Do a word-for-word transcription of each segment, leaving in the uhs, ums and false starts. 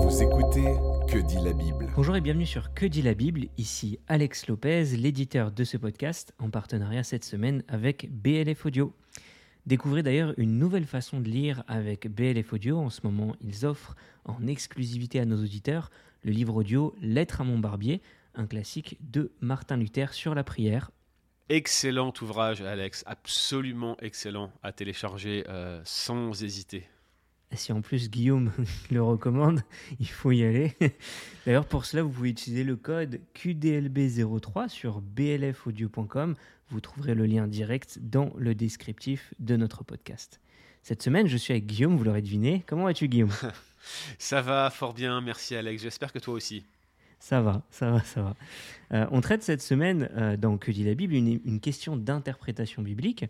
Vous écoutez Que dit la Bible ? Bonjour et bienvenue sur Que dit la Bible, ici Alex Lopez, l'éditeur de ce podcast, en partenariat cette semaine avec B L F Audio. Découvrez d'ailleurs une nouvelle façon de lire avec B L F Audio. En ce moment, ils offrent en exclusivité à nos auditeurs le livre audio « Lettre à mon barbier », un classique de Martin Luther sur la prière. Excellent ouvrage, Alex, absolument excellent à télécharger euh, sans hésiter. Si en plus Guillaume le recommande, il faut y aller. D'ailleurs, pour cela, vous pouvez utiliser le code Q D L B zéro trois sur b l f audio point com. Vous trouverez le lien direct dans le descriptif de notre podcast. Cette semaine, je suis avec Guillaume, vous l'aurez deviné. Comment vas-tu, Guillaume ? Ça va fort bien, merci Alex, j'espère que toi aussi. Ça va, ça va, ça va. Euh, on traite cette semaine, euh, dans Que dit la Bible, une, une question d'interprétation biblique.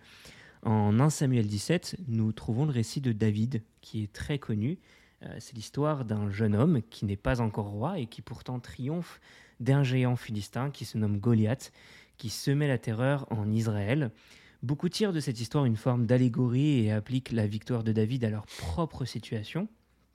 En premier Samuel dix-sept, nous trouvons le récit de David, qui est très connu. Euh, c'est l'histoire d'un jeune homme qui n'est pas encore roi et qui pourtant triomphe d'un géant philistin qui se nomme Goliath, qui semait la terreur en Israël. Beaucoup tirent de cette histoire une forme d'allégorie et appliquent la victoire de David à leur propre situation.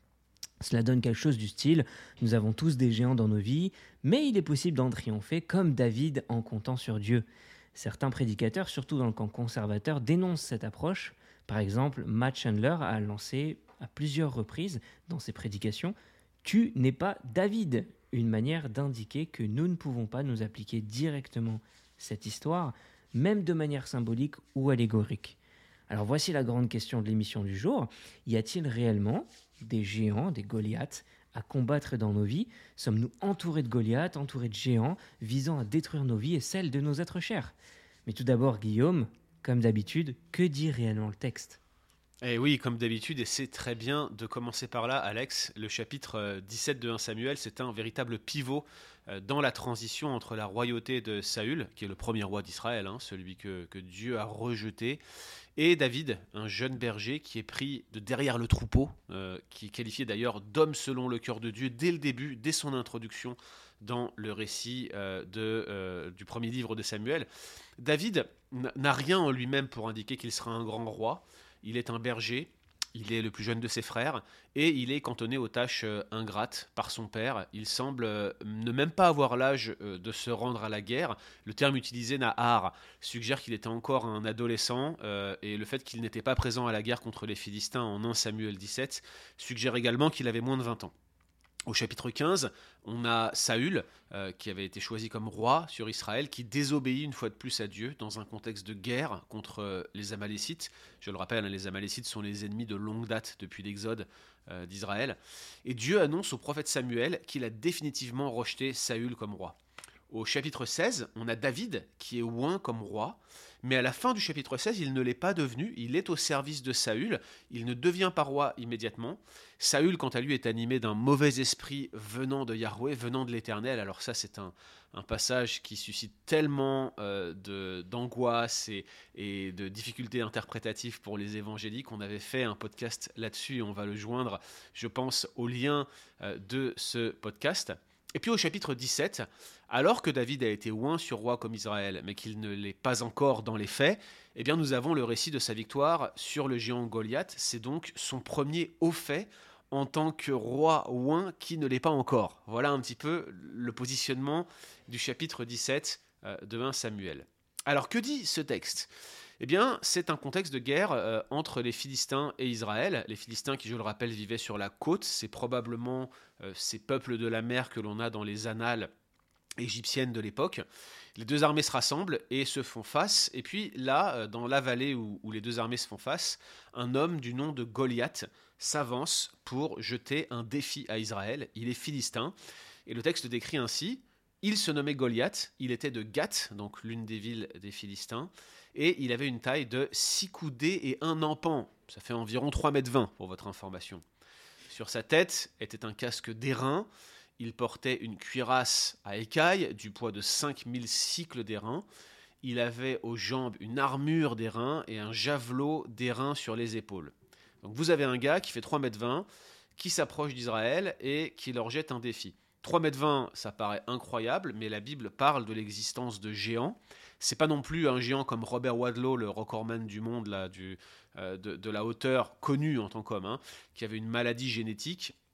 Cela donne quelque chose du style « Nous avons tous des géants dans nos vies, mais il est possible d'en triompher comme David en comptant sur Dieu ». Certains prédicateurs, surtout dans le camp conservateur, dénoncent cette approche. Par exemple, Matt Chandler a lancé à plusieurs reprises dans ses prédications « Tu n'es pas David », une manière d'indiquer que nous ne pouvons pas nous appliquer directement cette histoire, même de manière symbolique ou allégorique. Alors voici la grande question de l'émission du jour. Y a-t-il réellement des géants, des Goliaths, à combattre dans nos vies ? Sommes-nous entourés de Goliaths, entourés de géants, visant à détruire nos vies et celles de nos êtres chers ? Mais tout d'abord, Guillaume, comme d'habitude, que dit réellement le texte ? Eh oui, comme d'habitude, et c'est très bien de commencer par là, Alex. Le chapitre dix-sept de premier Samuel, c'est un véritable pivot dans la transition entre la royauté de Saül, qui est le premier roi d'Israël, hein, celui que, que Dieu a rejeté, et David, un jeune berger qui est pris de derrière le troupeau, euh, qui est qualifié d'ailleurs d'homme selon le cœur de Dieu dès le début, dès son introduction dans le récit euh, de, euh, du premier livre de Samuel. David n'a rien en lui-même pour indiquer qu'il sera un grand roi. Il est un berger, il est le plus jeune de ses frères, et il est cantonné aux tâches euh, ingrates par son père. Il semble euh, ne même pas avoir l'âge euh, de se rendre à la guerre. Le terme utilisé, Nahar, suggère qu'il était encore un adolescent, euh, et le fait qu'il n'était pas présent à la guerre contre les Philistins en premier Samuel dix-sept suggère également qu'il avait moins de vingt ans. Au chapitre quinze, on a Saül, euh, qui avait été choisi comme roi sur Israël, qui désobéit une fois de plus à Dieu dans un contexte de guerre contre euh, les Amalécites. Je le rappelle, hein, les Amalécites sont les ennemis de longue date depuis l'exode euh, d'Israël. Et Dieu annonce au prophète Samuel qu'il a définitivement rejeté Saül comme roi. Au chapitre seize, on a David qui est oint comme roi, mais à la fin du chapitre seize, il ne l'est pas devenu, il est au service de Saül, il ne devient pas roi immédiatement. Saül, quant à lui, est animé d'un mauvais esprit venant de Yahweh, venant de l'Éternel. Alors ça, c'est un, un passage qui suscite tellement euh, de, d'angoisse et, et de difficultés interprétatives pour les évangéliques. On avait fait un podcast là-dessus et on va le joindre, je pense, au lien euh, de ce podcast. Et puis au chapitre dix-sept, alors que David a été oint sur roi comme Israël, mais qu'il ne l'est pas encore dans les faits, eh bien nous avons le récit de sa victoire sur le géant Goliath. C'est donc son premier haut fait en tant que roi oint qui ne l'est pas encore. Voilà un petit peu le positionnement du chapitre dix-sept de premier Samuel. Alors que dit ce texte ? Eh bien, c'est un contexte de guerre euh, entre les Philistins et Israël. Les Philistins qui, je le rappelle, vivaient sur la côte. C'est probablement euh, ces peuples de la mer que l'on a dans les annales égyptiennes de l'époque. Les deux armées se rassemblent et se font face. Et puis là, euh, dans la vallée où, où les deux armées se font face, un homme du nom de Goliath s'avance pour jeter un défi à Israël. Il est philistin. Et le texte décrit ainsi: il se nommait Goliath, il était de Gath, donc l'une des villes des Philistins, et il avait une taille de six coudées et un empan. Ça fait environ trois mètres vingt pour votre information. Sur sa tête était un casque d'airain. Il portait une cuirasse à écailles du poids de cinq mille cycles d'airain. Il avait aux jambes une armure d'airain et un javelot d'airain sur les épaules. Donc vous avez un gars qui fait trois mètres vingt, qui s'approche d'Israël et qui leur jette un défi. trois mètres vingt, ça paraît incroyable, mais la Bible parle de l'existence de géants. C'est pas non plus un géant comme Robert Wadlow, le recordman du monde, là, du, euh, de, de la hauteur, connu en tant qu'homme, hein, qui avait une maladie génétique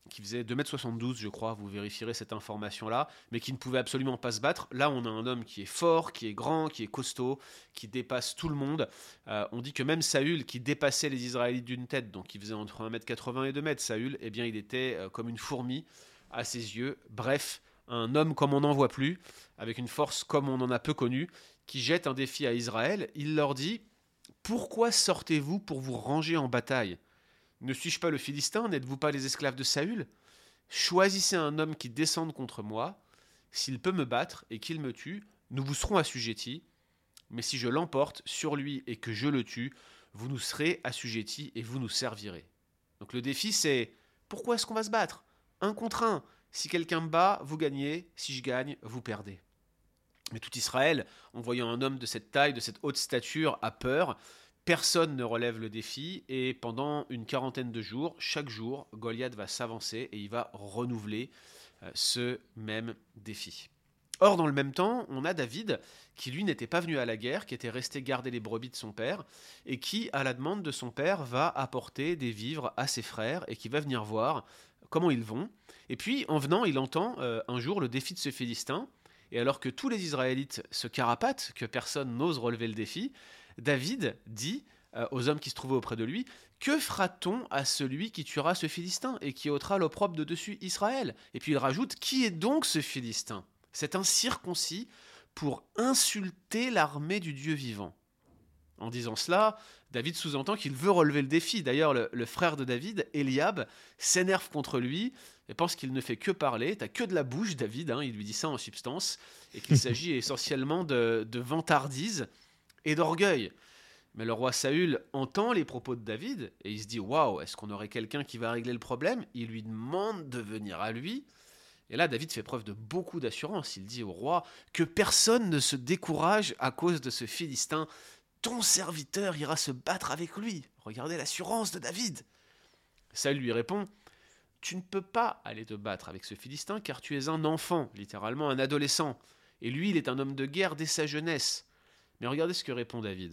qui faisait deux mètres soixante-douze, je crois, vous vérifierez cette information-là, mais qui ne pouvait absolument pas se battre. Là, on a un homme qui est fort, qui est grand, qui est costaud, qui dépasse tout le monde. Euh, on dit que même Saül, qui dépassait les Israélites d'une tête, donc qui faisait entre un mètre quatre-vingts et deux mètres, Saül, eh bien, il était euh, comme une fourmi à ses yeux. Bref, un homme comme on n'en voit plus, avec une force comme on en a peu connue, qui jette un défi à Israël. Il leur dit « Pourquoi sortez-vous pour vous ranger en bataille ? Ne suis-je pas le Philistin ? N'êtes-vous pas les esclaves de Saül ? Choisissez un homme qui descende contre moi. S'il peut me battre et qu'il me tue, nous vous serons assujettis. Mais si je l'emporte sur lui et que je le tue, vous nous serez assujettis et vous nous servirez. » Donc le défi, c'est pourquoi est-ce qu'on va se battre ? Un contre un. Si quelqu'un me bat, vous gagnez. Si je gagne, vous perdez. Mais tout Israël, en voyant un homme de cette taille, de cette haute stature, a peur. Personne ne relève le défi et pendant une quarantaine de jours, chaque jour, Goliath va s'avancer et il va renouveler euh, ce même défi. Or, dans le même temps, on a David qui, lui, n'était pas venu à la guerre, qui était resté garder les brebis de son père et qui, à la demande de son père, va apporter des vivres à ses frères et qui va venir voir comment ils vont. Et puis, en venant, il entend euh, un jour le défi de ce Philistin. Et alors que tous les Israélites se carapatent, que personne n'ose relever le défi, David dit euh, aux hommes qui se trouvaient auprès de lui « Que fera-t-on à celui qui tuera ce Philistin et qui ôtera l'opprobre de dessus Israël ?» Et puis il rajoute « Qui est donc ce Philistin ? C'est un circoncis pour insulter l'armée du Dieu vivant. » En disant cela, David sous-entend qu'il veut relever le défi. D'ailleurs, le, le frère de David, Eliab, s'énerve contre lui et pense qu'il ne fait que parler. T'as que de la bouche, David, hein, il lui dit ça en substance, et qu'il s'agit essentiellement de, de vantardise et d'orgueil. Mais le roi Saül entend les propos de David et il se dit « Waouh, est-ce qu'on aurait quelqu'un qui va régler le problème ?» Il lui demande de venir à lui. Et là, David fait preuve de beaucoup d'assurance. Il dit au roi que personne ne se décourage à cause de ce Philistin. Ton serviteur ira se battre avec lui. Regardez l'assurance de David. Saül lui répond « Tu ne peux pas aller te battre avec ce Philistin car tu es un enfant, littéralement un adolescent. Et lui, il est un homme de guerre dès sa jeunesse. » Mais regardez ce que répond David.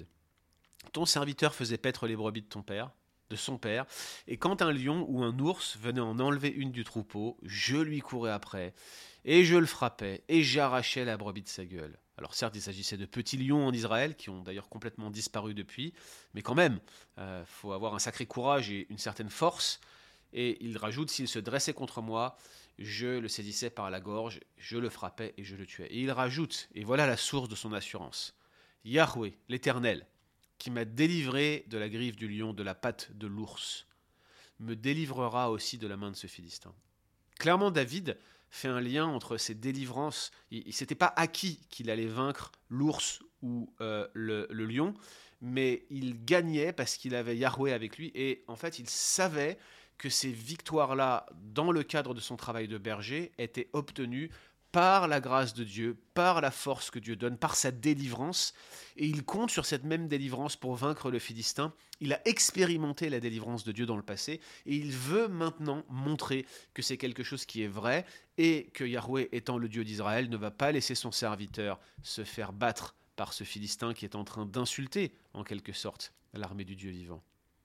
« Ton serviteur faisait paître les brebis de ton père, de son père, et quand un lion ou un ours venait en enlever une du troupeau, je lui courais après, et je le frappais, et j'arrachais la brebis de sa gueule. » Alors certes, il s'agissait de petits lions en Israël, qui ont d'ailleurs complètement disparu depuis, mais quand même, il euh, faut avoir un sacré courage et une certaine force. Et il rajoute, s'il se dressait contre moi, je le saisissais par la gorge, je le frappais et je le tuais. Et il rajoute, et voilà la source de son assurance, Yahweh, l'Éternel, qui m'a délivré de la griffe du lion, de la patte de l'ours, me délivrera aussi de la main de ce Philistin. Clairement, David fait un lien entre ces délivrances. Il ne s'était pas acquis qu'il allait vaincre l'ours ou euh, le, le lion, mais il gagnait parce qu'il avait Yahweh avec lui. Et en fait, il savait que ces victoires-là, dans le cadre de son travail de berger, étaient obtenues par la grâce de Dieu, par la force que Dieu donne, par sa délivrance. Et il compte sur cette même délivrance pour vaincre le Philistin. Il a expérimenté la délivrance de Dieu dans le passé et il veut maintenant montrer que c'est quelque chose qui est vrai et que Yahweh, étant le Dieu d'Israël, ne va pas laisser son serviteur se faire battre par ce Philistin qui est en train d'insulter, en quelque sorte, l'armée du Dieu vivant.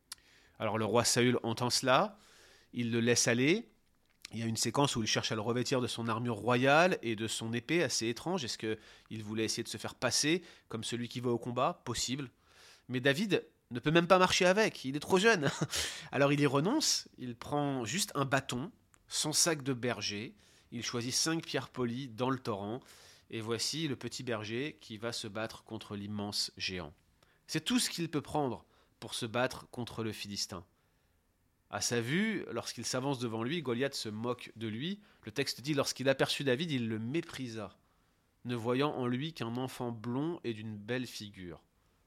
Alors le roi Saül entend cela, il le laisse aller. Il y a une séquence où il cherche à le revêtir de son armure royale et de son épée assez étrange. Est-ce qu'il voulait essayer de se faire passer comme celui qui va au combat ? Possible. Mais David ne peut même pas marcher avec, il est trop jeune. Alors il y renonce, il prend juste un bâton, son sac de berger, il choisit cinq pierres polies dans le torrent, et voici le petit berger qui va se battre contre l'immense géant. C'est tout ce qu'il peut prendre pour se battre contre le Philistin. À sa vue, lorsqu'il s'avance devant lui, Goliath se moque de lui. Le texte dit « Lorsqu'il aperçut David, il le méprisa, ne voyant en lui qu'un enfant blond et d'une belle figure. »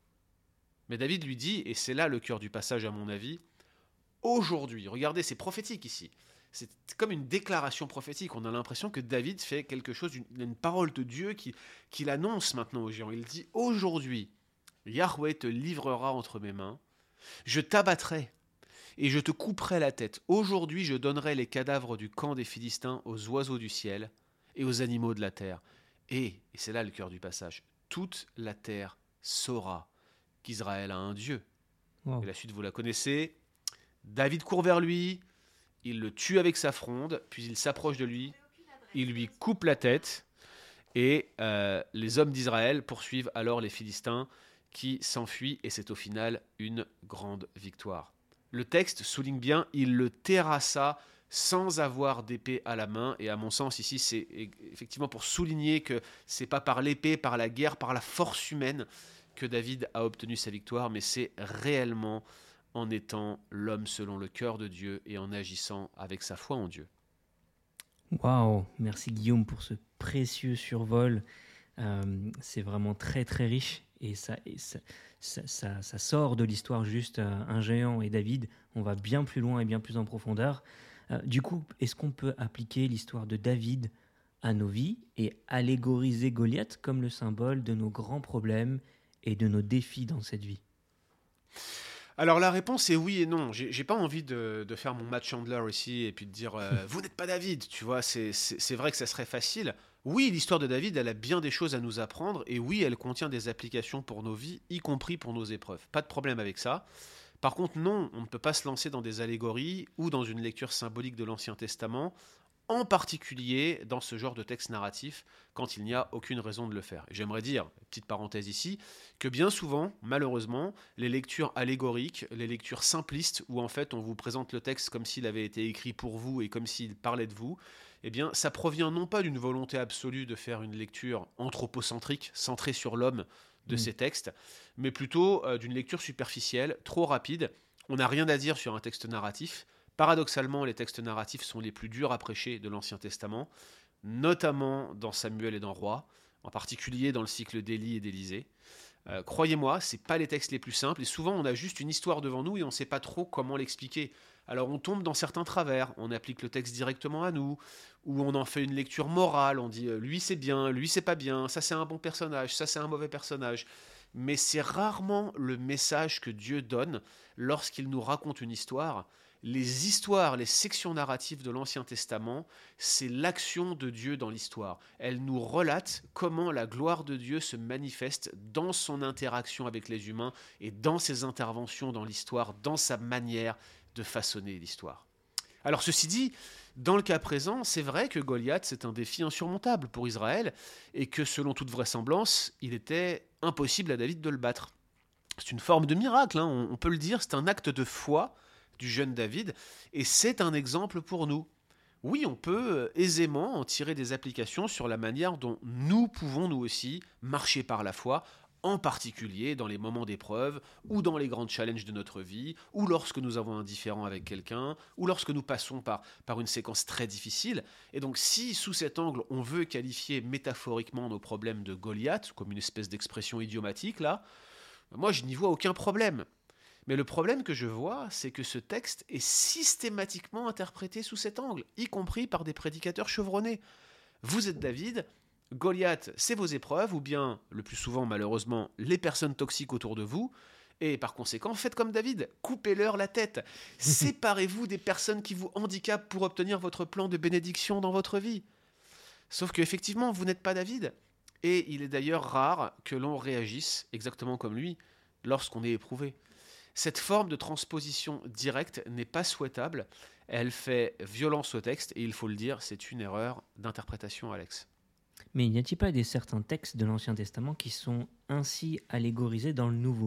Mais David lui dit, et c'est là le cœur du passage à mon avis, « Aujourd'hui, regardez, c'est prophétique ici. C'est comme une déclaration prophétique. On a l'impression que David fait quelque chose, une, une parole de Dieu qui, qui l'annonce maintenant aux géants. Il dit « Aujourd'hui, Yahweh te livrera entre mes mains, je t'abattrai. Et je te couperai la tête. Aujourd'hui, je donnerai les cadavres du camp des Philistins aux oiseaux du ciel et aux animaux de la terre. Et, et c'est là le cœur du passage, toute la terre saura qu'Israël a un Dieu. Wow. » Et la suite, vous la connaissez. David court vers lui, il le tue avec sa fronde, puis il s'approche de lui, il lui coupe la tête, et euh, les hommes d'Israël poursuivent alors les Philistins qui s'enfuient, et c'est au final une grande victoire. Le texte souligne bien, il le terrassa sans avoir d'épée à la main, et à mon sens ici c'est effectivement pour souligner que c'est pas par l'épée, par la guerre, par la force humaine que David a obtenu sa victoire, mais c'est réellement en étant l'homme selon le cœur de Dieu et en agissant avec sa foi en Dieu. Waouh, merci Guillaume pour ce précieux survol. Euh, c'est vraiment très très riche et ça, et ça, ça, ça, ça sort de l'histoire juste euh, un géant et David. On va bien plus loin et bien plus en profondeur. Euh, du coup, est-ce qu'on peut appliquer l'histoire de David à nos vies et allégoriser Goliath comme le symbole de nos grands problèmes et de nos défis dans cette vie? Alors la réponse est oui et non. J'ai, j'ai pas envie de, de faire mon Matt Chandler ici et puis de dire euh, vous n'êtes pas David. Tu vois, c'est, c'est, c'est vrai que ça serait facile. Oui, l'histoire de David, elle a bien des choses à nous apprendre et oui, elle contient des applications pour nos vies, y compris pour nos épreuves. Pas de problème avec ça. Par contre, non, on ne peut pas se lancer dans des allégories ou dans une lecture symbolique de l'Ancien Testament, en particulier dans ce genre de texte narratif, quand il n'y a aucune raison de le faire. Et j'aimerais dire, petite parenthèse ici, que bien souvent, malheureusement, les lectures allégoriques, les lectures simplistes, où en fait on vous présente le texte comme s'il avait été écrit pour vous et comme s'il parlait de vous, eh bien ça provient non pas d'une volonté absolue de faire une lecture anthropocentrique, centrée sur l'homme de mmh. ces textes, mais plutôt euh, d'une lecture superficielle, trop rapide. On n'a rien à dire sur un texte narratif. Paradoxalement, les textes narratifs sont les plus durs à prêcher de l'Ancien Testament, notamment dans Samuel et dans Rois, en particulier dans le cycle d'Élie et d'Élisée. Euh, croyez-moi, ce n'est pas les textes les plus simples, et souvent on a juste une histoire devant nous et on ne sait pas trop comment l'expliquer. Alors on tombe dans certains travers, on applique le texte directement à nous, ou on en fait une lecture morale, on dit euh, lui c'est bien, lui c'est pas bien, ça c'est un bon personnage, ça c'est un mauvais personnage. Mais c'est rarement le message que Dieu donne lorsqu'il nous raconte une histoire. Les histoires, les sections narratives de l'Ancien Testament, c'est l'action de Dieu dans l'histoire. Elles nous relatent comment la gloire de Dieu se manifeste dans son interaction avec les humains et dans ses interventions dans l'histoire, dans sa manière de façonner l'histoire. Alors ceci dit, dans le cas présent, c'est vrai que Goliath, c'est un défi insurmontable pour Israël et que selon toute vraisemblance, il était impossible à David de le battre. C'est une forme de miracle, hein, on, on peut le dire, c'est un acte de foi du jeune David, et c'est un exemple pour nous. Oui, on peut aisément en tirer des applications sur la manière dont nous pouvons nous aussi marcher par la foi, en particulier dans les moments d'épreuve, ou dans les grands challenges de notre vie, ou lorsque nous avons un différend avec quelqu'un, ou lorsque nous passons par, par une séquence très difficile. Et donc si, sous cet angle, on veut qualifier métaphoriquement nos problèmes de Goliath, comme une espèce d'expression idiomatique, là, moi je n'y vois aucun problème. Mais le problème que je vois, c'est que ce texte est systématiquement interprété sous cet angle, y compris par des prédicateurs chevronnés. Vous êtes David, Goliath, c'est vos épreuves, ou bien, le plus souvent malheureusement, les personnes toxiques autour de vous, et par conséquent, faites comme David, coupez-leur la tête. Séparez-vous des personnes qui vous handicapent pour obtenir votre plan de bénédiction dans votre vie. Sauf qu'effectivement, vous n'êtes pas David, et il est d'ailleurs rare que l'on réagisse exactement comme lui lorsqu'on est éprouvé. Cette forme de transposition directe n'est pas souhaitable, elle fait violence au texte, et il faut le dire, c'est une erreur d'interprétation, Alex. Mais n'y a-t-il pas des certains textes de l'Ancien Testament qui sont ainsi allégorisés dans le Nouveau ?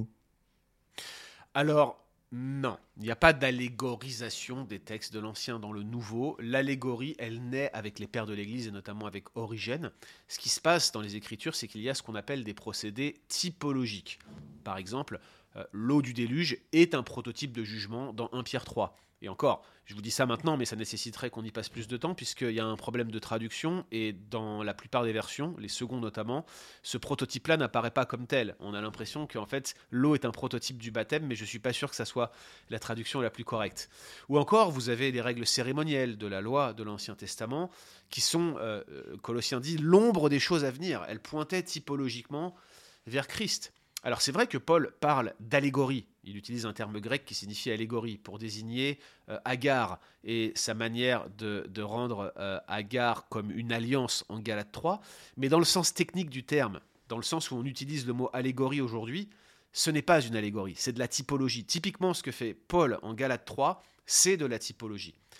Alors, non, il n'y a pas d'allégorisation des textes de l'Ancien dans le Nouveau. L'allégorie, elle naît avec les pères de l'Église, et notamment avec Origène. Ce qui se passe dans les Écritures, c'est qu'il y a ce qu'on appelle des procédés typologiques. Par exemple, euh, l'eau du déluge est un prototype de jugement dans Première Pierre trois. Et encore, je vous dis ça maintenant, mais ça nécessiterait qu'on y passe plus de temps, puisqu'il y a un problème de traduction, et dans la plupart des versions, les seconds notamment, ce prototype-là n'apparaît pas comme tel. On a l'impression qu'en fait, l'eau est un prototype du baptême, mais je ne suis pas sûr que ça soit la traduction la plus correcte. Ou encore, vous avez les règles cérémonielles de la loi de l'Ancien Testament, qui sont, euh, Colossiens dit, l'ombre des choses à venir. Elles pointaient typologiquement vers Christ. Alors c'est vrai que Paul parle d'allégorie, il utilise un terme grec qui signifie allégorie pour désigner euh, Agar et sa manière de, de rendre euh, Agar comme une alliance en Galates trois, mais dans le sens technique du terme, dans le sens où on utilise le mot allégorie aujourd'hui, ce n'est pas une allégorie, c'est de la typologie. Typiquement ce que fait Paul en Galates trois, c'est de la typologie.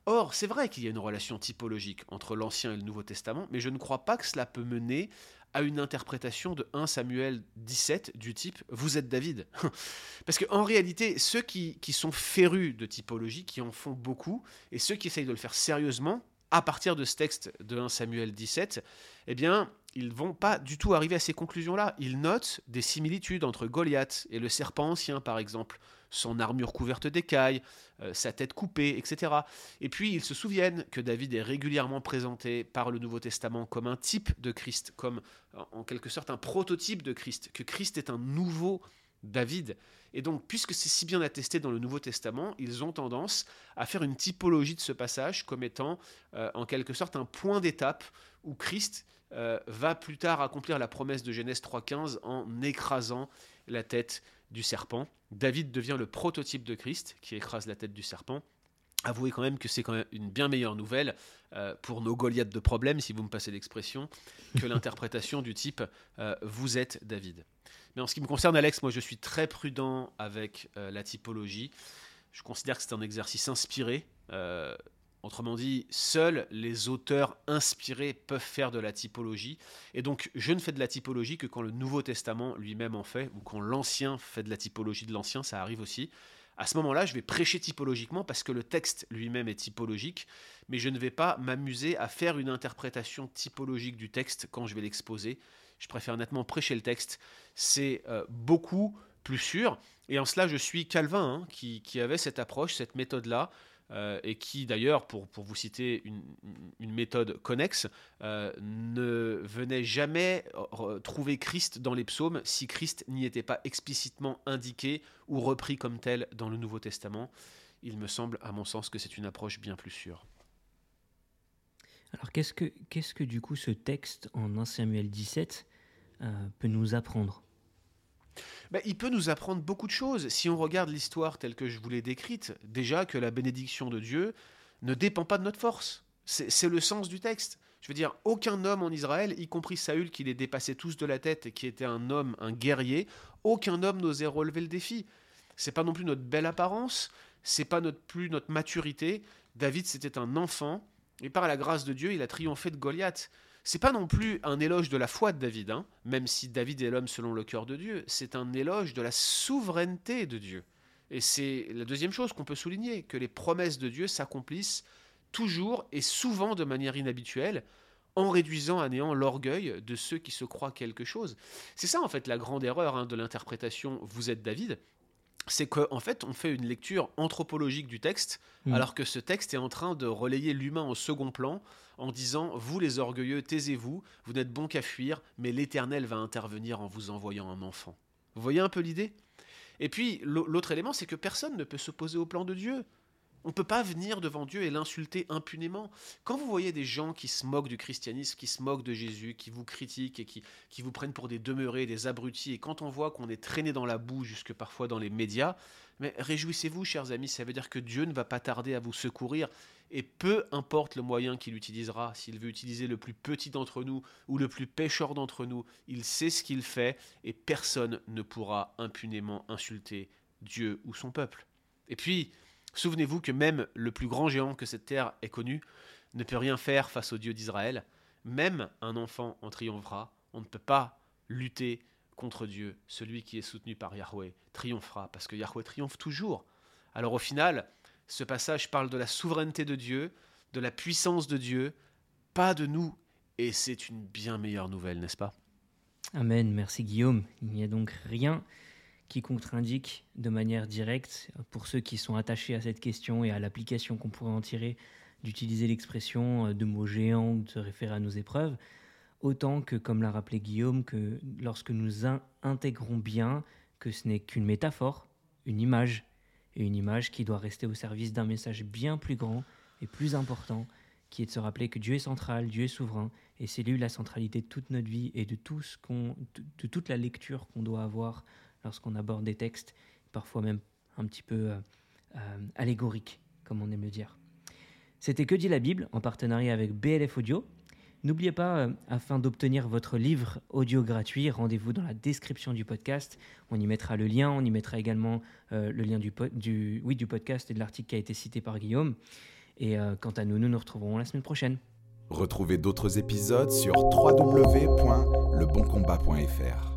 Or, c'est vrai qu'il y a une relation typologique entre l'Ancien et le Nouveau Testament, mais je ne crois pas que cela peut mener à une interprétation de un Samuel dix-sept du type « Vous êtes David ». Parce qu'en réalité, ceux qui, qui sont férus de typologie, qui en font beaucoup, et ceux qui essayent de le faire sérieusement, à partir de ce texte de un Samuel dix-sept, eh bien, ils ne vont pas du tout arriver à ces conclusions-là. Ils notent des similitudes entre Goliath et le serpent ancien, par exemple, son armure couverte d'écailles, euh, sa tête coupée, et cetera. Et puis, ils se souviennent que David est régulièrement présenté par le Nouveau Testament comme un type de Christ, comme en quelque sorte un prototype de Christ, que Christ est un nouveau David. Et donc, puisque c'est si bien attesté dans le Nouveau Testament, ils ont tendance à faire une typologie de ce passage comme étant euh, en quelque sorte un point d'étape où Christ euh, va plus tard accomplir la promesse de Genèse trois quinze en écrasant la tête du serpent. David devient le prototype de Christ qui écrase la tête du serpent. Avouez quand même que c'est quand même une bien meilleure nouvelle euh, pour nos Goliaths de problème, si vous me passez l'expression, que l'interprétation du type euh, « vous êtes David ». Mais en ce qui me concerne, Alex, moi je suis très prudent avec euh, la typologie. Je considère que c'est un exercice inspiré. Euh, autrement dit, seuls les auteurs inspirés peuvent faire de la typologie. Et donc, je ne fais de la typologie que quand le Nouveau Testament lui-même en fait, ou quand l'Ancien fait de la typologie de l'Ancien, ça arrive aussi. À ce moment-là, je vais prêcher typologiquement parce que le texte lui-même est typologique, mais je ne vais pas m'amuser à faire une interprétation typologique du texte quand je vais l'exposer. Je préfère nettement prêcher le texte. C'est euh, beaucoup plus sûr. Et en cela, je suis Calvin, hein, qui, qui avait cette approche, cette méthode-là, euh, et qui d'ailleurs, pour, pour vous citer une, une méthode connexe, euh, ne venait jamais euh, trouver Christ dans les psaumes si Christ n'y était pas explicitement indiqué ou repris comme tel dans le Nouveau Testament. Il me semble, à mon sens, que c'est une approche bien plus sûre. Alors qu'est-ce que, qu'est-ce que du coup ce texte en un Samuel dix-sept euh, peut nous apprendre ? Ben, il peut nous apprendre beaucoup de choses. Si on regarde l'histoire telle que je vous l'ai décrite, déjà que la bénédiction de Dieu ne dépend pas de notre force. C'est, c'est le sens du texte. Je veux dire, aucun homme en Israël, y compris Saül qui les dépassait tous de la tête et qui était un homme, un guerrier, aucun homme n'osait relever le défi. C'est pas non plus notre belle apparence, c'est pas notre, plus notre maturité. David, c'était un enfant, et par la grâce de Dieu, il a triomphé de Goliath. C'est pas non plus un éloge de la foi de David, hein, même si David est l'homme selon le cœur de Dieu, c'est un éloge de la souveraineté de Dieu. Et c'est la deuxième chose qu'on peut souligner, que les promesses de Dieu s'accomplissent toujours et souvent de manière inhabituelle, en réduisant à néant l'orgueil de ceux qui se croient quelque chose. C'est ça en fait la grande erreur hein, de l'interprétation « vous êtes David », c'est qu'en en fait on fait une lecture anthropologique du texte, mmh. alors que ce texte est en train de relayer l'humain au second plan, en disant « vous les orgueilleux, taisez-vous, vous n'êtes bons qu'à fuir, mais l'Éternel va intervenir en vous envoyant un enfant ». Vous voyez un peu l'idée ? Et puis l'autre élément, c'est que personne ne peut s'opposer au plan de Dieu. On ne peut pas venir devant Dieu et l'insulter impunément. Quand vous voyez des gens qui se moquent du christianisme, qui se moquent de Jésus, qui vous critiquent et qui, qui vous prennent pour des demeurés, des abrutis, et quand on voit qu'on est traîné dans la boue, jusque parfois dans les médias, mais réjouissez-vous, chers amis, ça veut dire que Dieu ne va pas tarder à vous secourir, et peu importe le moyen qu'il utilisera, s'il veut utiliser le plus petit d'entre nous ou le plus pécheur d'entre nous, il sait ce qu'il fait, et personne ne pourra impunément insulter Dieu ou son peuple. Et puis, souvenez-vous que même le plus grand géant que cette terre ait connu ne peut rien faire face au Dieu d'Israël. Même un enfant en triomphera. On ne peut pas lutter contre Dieu. Celui qui est soutenu par Yahweh triomphera, parce que Yahweh triomphe toujours. Alors au final, ce passage parle de la souveraineté de Dieu, de la puissance de Dieu, pas de nous. Et c'est une bien meilleure nouvelle, n'est-ce pas ? Amen, merci Guillaume. Il n'y a donc rien qui contre-indique de manière directe, pour ceux qui sont attachés à cette question et à l'application qu'on pourrait en tirer, d'utiliser l'expression de mots géants ou de se référer à nos épreuves, autant que, comme l'a rappelé Guillaume, que lorsque nous in- intégrons bien que ce n'est qu'une métaphore, une image, et une image qui doit rester au service d'un message bien plus grand et plus important, qui est de se rappeler que Dieu est central, Dieu est souverain, et c'est lui la centralité de toute notre vie et de, tout ce qu'on, de, de toute la lecture qu'on doit avoir lorsqu'on aborde des textes, parfois même un petit peu euh, euh, allégoriques, comme on aime le dire. C'était Que dit la Bible, en partenariat avec B L F Audio. N'oubliez pas, euh, afin d'obtenir votre livre audio gratuit, rendez-vous dans la description du podcast. On y mettra le lien, on y mettra également euh, le lien du, po- du, oui, du podcast et de l'article qui a été cité par Guillaume. Et euh, quant à nous, nous nous retrouverons la semaine prochaine. Retrouvez d'autres épisodes sur w w w point le bon combat point f r.